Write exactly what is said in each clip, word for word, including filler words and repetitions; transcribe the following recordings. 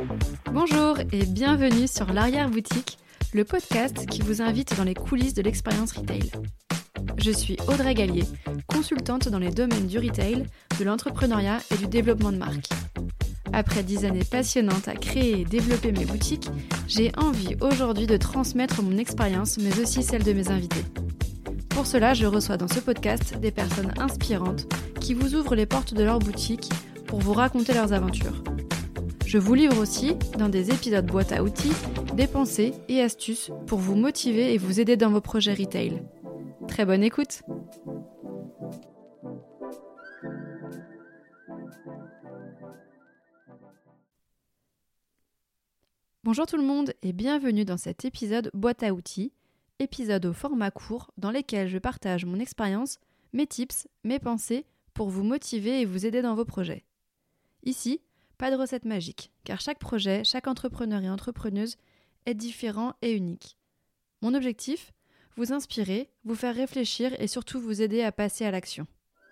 Bonjour et bienvenue sur l'Arrière-Boutique, le podcast qui vous invite dans les coulisses de l'expérience retail. Je suis Audrey Gallier, consultante dans les domaines du retail, de l'entrepreneuriat et du développement de marque. Après dix années passionnantes à créer et développer mes boutiques, j'ai envie aujourd'hui de transmettre mon expérience, mais aussi celle de mes invités. Pour cela, je reçois dans ce podcast des personnes inspirantes qui vous ouvrent les portes de leur boutique pour vous raconter leurs aventures. Je vous livre aussi, dans des épisodes boîte à outils, des pensées et astuces pour vous motiver et vous aider dans vos projets retail. Très bonne écoute! Bonjour tout le monde et bienvenue dans cet épisode boîte à outils, épisode au format court dans lequel je partage mon expérience, mes tips, mes pensées pour vous motiver et vous aider dans vos projets. Ici, pas de recette magique, car chaque projet, chaque entrepreneur et entrepreneuse est différent et unique. Mon objectif, vous inspirer, vous faire réfléchir et surtout vous aider à passer à l'action.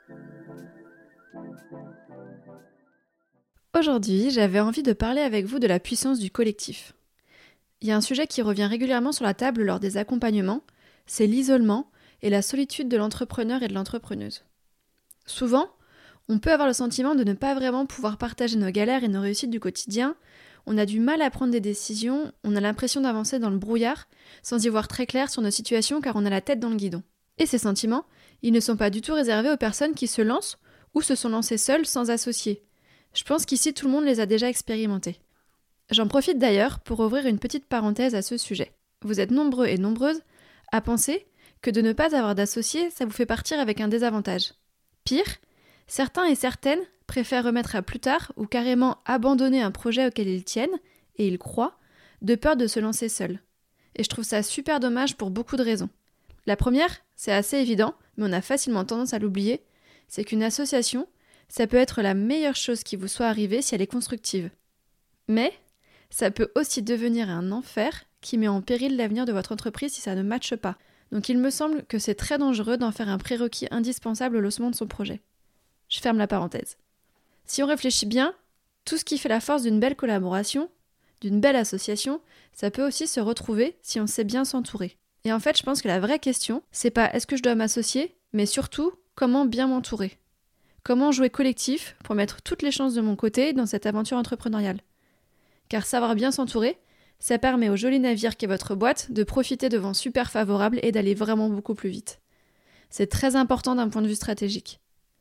Aujourd'hui, j'avais envie de parler avec vous de la puissance du collectif. Il y a un sujet qui revient régulièrement sur la table lors des accompagnements, c'est l'isolement et la solitude de l'entrepreneur et de l'entrepreneuse. Souvent, on peut avoir le sentiment de ne pas vraiment pouvoir partager nos galères et nos réussites du quotidien, on a du mal à prendre des décisions, on a l'impression d'avancer dans le brouillard sans y voir très clair sur nos situations car on a la tête dans le guidon. Et ces sentiments, ils ne sont pas du tout réservés aux personnes qui se lancent ou se sont lancées seules sans associés. Je pense qu'ici tout le monde les a déjà expérimentés. J'en profite d'ailleurs pour ouvrir une petite parenthèse à ce sujet. Vous êtes nombreux et nombreuses à penser que de ne pas avoir d'associés, ça vous fait partir avec un désavantage. Pire, certains et certaines préfèrent remettre à plus tard ou carrément abandonner un projet auquel ils tiennent, et ils croient, de peur de se lancer seuls. Et je trouve ça super dommage pour beaucoup de raisons. La première, c'est assez évident, mais on a facilement tendance à l'oublier, c'est qu'une association, ça peut être la meilleure chose qui vous soit arrivée si elle est constructive. Mais ça peut aussi devenir un enfer qui met en péril l'avenir de votre entreprise si ça ne matche pas. Donc il me semble que c'est très dangereux d'en faire un prérequis indispensable au lancement de son projet. Je ferme la parenthèse. Si on réfléchit bien, tout ce qui fait la force d'une belle collaboration, d'une belle association, ça peut aussi se retrouver si on sait bien s'entourer. Et en fait, je pense que la vraie question, c'est pas est-ce que je dois m'associer, mais surtout, comment bien m'entourer. Comment jouer collectif pour mettre toutes les chances de mon côté dans cette aventure entrepreneuriale. Car savoir bien s'entourer, ça permet au joli navire qu'est votre boîte de profiter de vents super favorables et d'aller vraiment beaucoup plus vite. C'est très important d'un point de vue stratégique.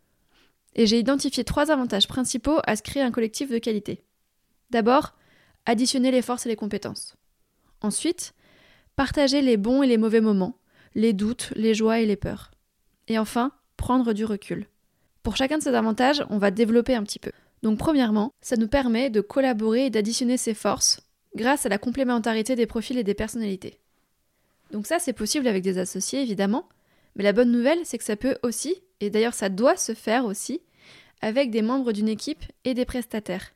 Et j'ai identifié trois avantages principaux à se créer un collectif de qualité. D'abord, additionner les forces et les compétences. Ensuite, partager les bons et les mauvais moments, les doutes, les joies et les peurs. Et enfin, prendre du recul. Pour chacun de ces avantages, on va développer un petit peu. Donc premièrement, ça nous permet de collaborer et d'additionner ses forces grâce à la complémentarité des profils et des personnalités. Donc ça, c'est possible avec des associés, évidemment, mais la bonne nouvelle, c'est que ça peut aussi, et d'ailleurs ça doit se faire aussi, avec des membres d'une équipe et des prestataires.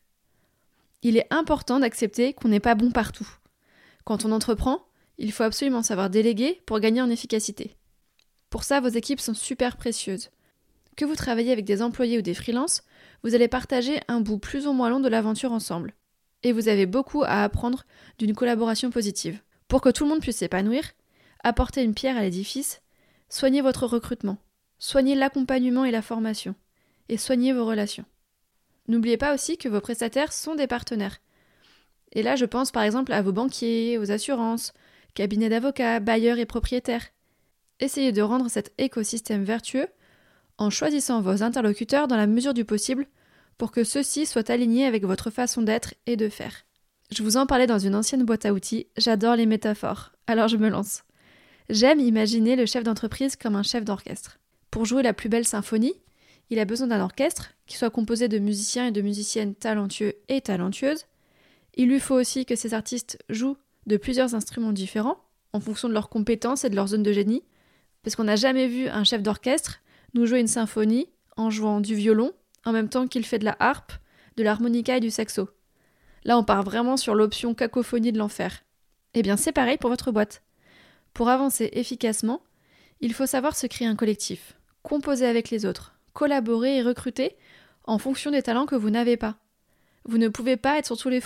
Il est important d'accepter qu'on n'est pas bon partout. Quand on entreprend, il faut absolument savoir déléguer pour gagner en efficacité. Pour ça, vos équipes sont super précieuses. Que vous travaillez avec des employés ou des freelances, vous allez partager un bout plus ou moins long de l'aventure ensemble. Et vous avez beaucoup à apprendre d'une collaboration positive. Pour que tout le monde puisse s'épanouir, apporter une pierre à l'édifice, soignez votre recrutement, soignez l'accompagnement et la formation, et soignez vos relations. N'oubliez pas aussi que vos prestataires sont des partenaires. Et là, je pense par exemple à vos banquiers, aux assurances, cabinets d'avocats, bailleurs et propriétaires. Essayez de rendre cet écosystème vertueux en choisissant vos interlocuteurs dans la mesure du possible pour que ceux-ci soient alignés avec votre façon d'être et de faire. Je vous en parlais dans une ancienne boîte à outils, j'adore les métaphores, alors je me lance. J'aime imaginer le chef d'entreprise comme un chef d'orchestre. Pour jouer la plus belle symphonie, il a besoin d'un orchestre qui soit composé de musiciens et de musiciennes talentueux et talentueuses. Il lui faut aussi que ces artistes jouent de plusieurs instruments différents en fonction de leurs compétences et de leur zone de génie, parce qu'on n'a jamais vu un chef d'orchestre nous jouer une symphonie en jouant du violon en même temps qu'il fait de la harpe, de l'harmonica et du saxo. Là, on part vraiment sur l'option cacophonie de l'enfer. Eh bien, c'est pareil pour votre boîte. Pour avancer efficacement, il faut savoir se créer un collectif, composer avec les autres, collaborer et recruter en fonction des talents que vous n'avez pas. Vous ne pouvez pas être sur tous les fronts.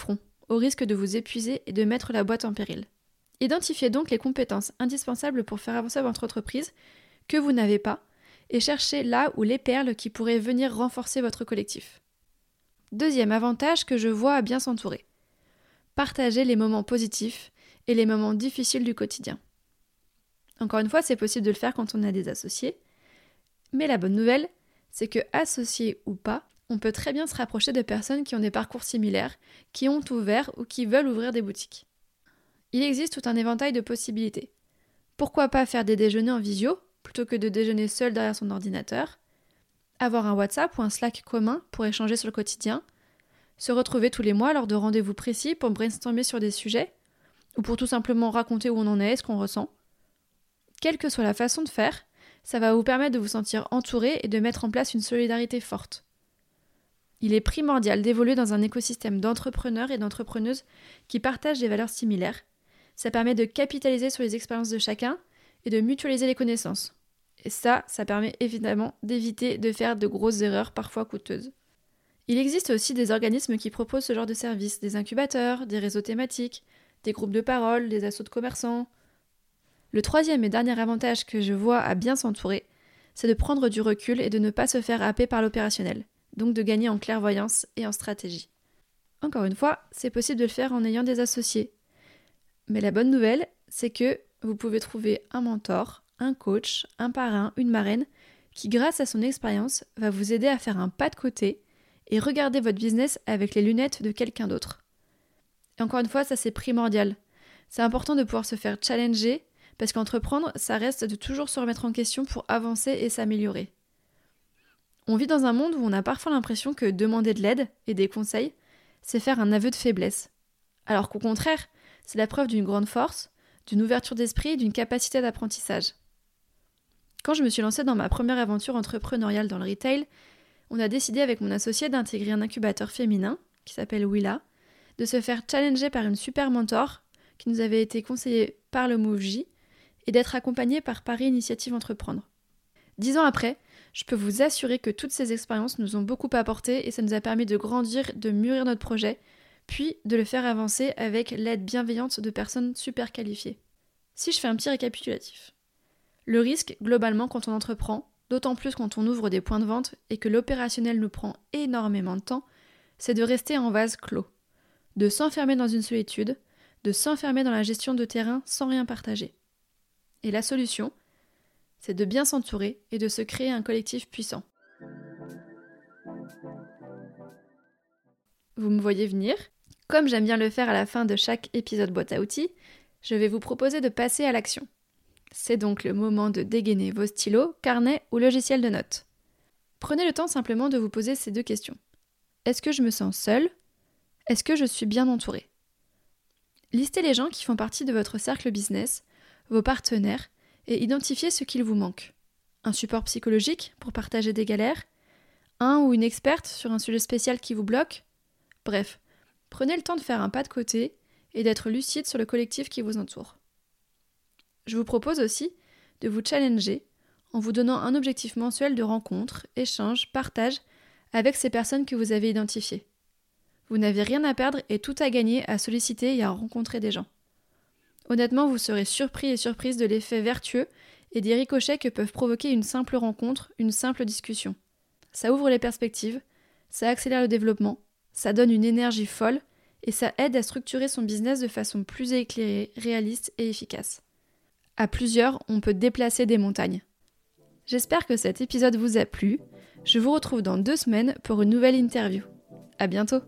au risque de vous épuiser et de mettre la boîte en péril. Identifiez donc les compétences indispensables pour faire avancer votre entreprise que vous n'avez pas et cherchez là où les perles qui pourraient venir renforcer votre collectif. Deuxième avantage que je vois à bien s'entourer. Partagez les moments positifs et les moments difficiles du quotidien. Encore une fois, c'est possible de le faire quand on a des associés, mais la bonne nouvelle, c'est que, associés ou pas, on peut très bien se rapprocher de personnes qui ont des parcours similaires, qui ont ouvert ou qui veulent ouvrir des boutiques. Il existe tout un éventail de possibilités. Pourquoi pas faire des déjeuners en visio, plutôt que de déjeuner seul derrière son ordinateur, avoir un WhatsApp ou un Slack commun pour échanger sur le quotidien, se retrouver tous les mois lors de rendez-vous précis pour brainstormer sur des sujets, ou pour tout simplement raconter où on en est et ce qu'on ressent. Quelle que soit la façon de faire, ça va vous permettre de vous sentir entouré et de mettre en place une solidarité forte. Il est primordial d'évoluer dans un écosystème d'entrepreneurs et d'entrepreneuses qui partagent des valeurs similaires. Ça permet de capitaliser sur les expériences de chacun et de mutualiser les connaissances. Et ça, ça permet évidemment d'éviter de faire de grosses erreurs parfois coûteuses. Il existe aussi des organismes qui proposent ce genre de services, des incubateurs, des réseaux thématiques, des groupes de parole, des assos de commerçants. Le troisième et dernier avantage que je vois à bien s'entourer, c'est de prendre du recul et de ne pas se faire happer par l'opérationnel, donc de gagner en clairvoyance et en stratégie. Encore une fois, c'est possible de le faire en ayant des associés. Mais la bonne nouvelle, c'est que vous pouvez trouver un mentor, un coach, un parrain, une marraine, qui grâce à son expérience va vous aider à faire un pas de côté et regarder votre business avec les lunettes de quelqu'un d'autre. Et encore une fois, ça c'est primordial. C'est important de pouvoir se faire challenger, parce qu'entreprendre, ça reste de toujours se remettre en question pour avancer et s'améliorer. On vit dans un monde où on a parfois l'impression que demander de l'aide et des conseils, c'est faire un aveu de faiblesse. Alors qu'au contraire, c'est la preuve d'une grande force, d'une ouverture d'esprit et d'une capacité d'apprentissage. Quand je me suis lancée dans ma première aventure entrepreneuriale dans le retail, on a décidé avec mon associé d'intégrer un incubateur féminin, qui s'appelle Willa, de se faire challenger par une super mentor qui nous avait été conseillée par le Move J et d'être accompagnée par Paris Initiative Entreprendre. Dix ans après, je peux vous assurer que toutes ces expériences nous ont beaucoup apporté et ça nous a permis de grandir, de mûrir notre projet, puis de le faire avancer avec l'aide bienveillante de personnes super qualifiées. Si je fais un petit récapitulatif. Le risque, globalement, quand on entreprend, d'autant plus quand on ouvre des points de vente et que l'opérationnel nous prend énormément de temps, c'est de rester en vase clos, de s'enfermer dans une solitude, de s'enfermer dans la gestion de terrain sans rien partager. Et la solution, c'est de bien s'entourer et de se créer un collectif puissant. Vous me voyez venir. Comme j'aime bien le faire à la fin de chaque épisode boîte à outils, je vais vous proposer de passer à l'action. C'est donc le moment de dégainer vos stylos, carnets ou logiciels de notes. Prenez le temps simplement de vous poser ces deux questions. Est-ce que je me sens seule ? Est-ce que je suis bien entourée ? Listez les gens qui font partie de votre cercle business, vos partenaires, et identifiez ce qu'il vous manque. Un support psychologique pour partager des galères ? Un ou une experte sur un sujet spécial qui vous bloque ? Bref, prenez le temps de faire un pas de côté et d'être lucide sur le collectif qui vous entoure. Je vous propose aussi de vous challenger en vous donnant un objectif mensuel de rencontre, échange, partage avec ces personnes que vous avez identifiées. Vous n'avez rien à perdre et tout à gagner à solliciter et à rencontrer des gens. Honnêtement, vous serez surpris et surprise de l'effet vertueux et des ricochets que peuvent provoquer une simple rencontre, une simple discussion. Ça ouvre les perspectives, ça accélère le développement, ça donne une énergie folle et ça aide à structurer son business de façon plus éclairée, réaliste et efficace. À plusieurs, on peut déplacer des montagnes. J'espère que cet épisode vous a plu. Je vous retrouve dans deux semaines pour une nouvelle interview. À bientôt!